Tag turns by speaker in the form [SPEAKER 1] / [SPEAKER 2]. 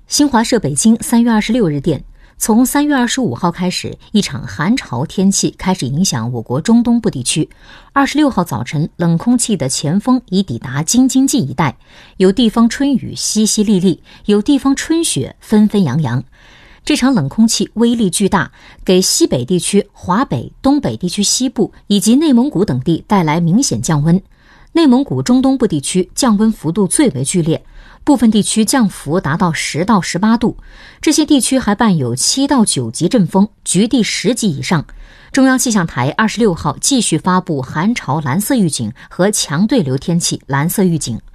[SPEAKER 1] 新华社北京3月26日电，从3月25号开始，一场寒潮天气开始影响我国中东部地区。26号早晨，冷空气的前锋已抵达京津冀一带，有地方春雨淅淅沥沥，有地方春雪纷纷扬扬。这场冷空气威力巨大，给西北地区、华北、东北地区西部以及内蒙古等地带来明显降温。内蒙古中东部地区降温幅度最为剧烈，部分地区降幅达到10到18度，这些地区还伴有7到9级阵风，局地10级以上。中央气象台26号继续发布寒潮蓝色预警和强对流天气蓝色预警。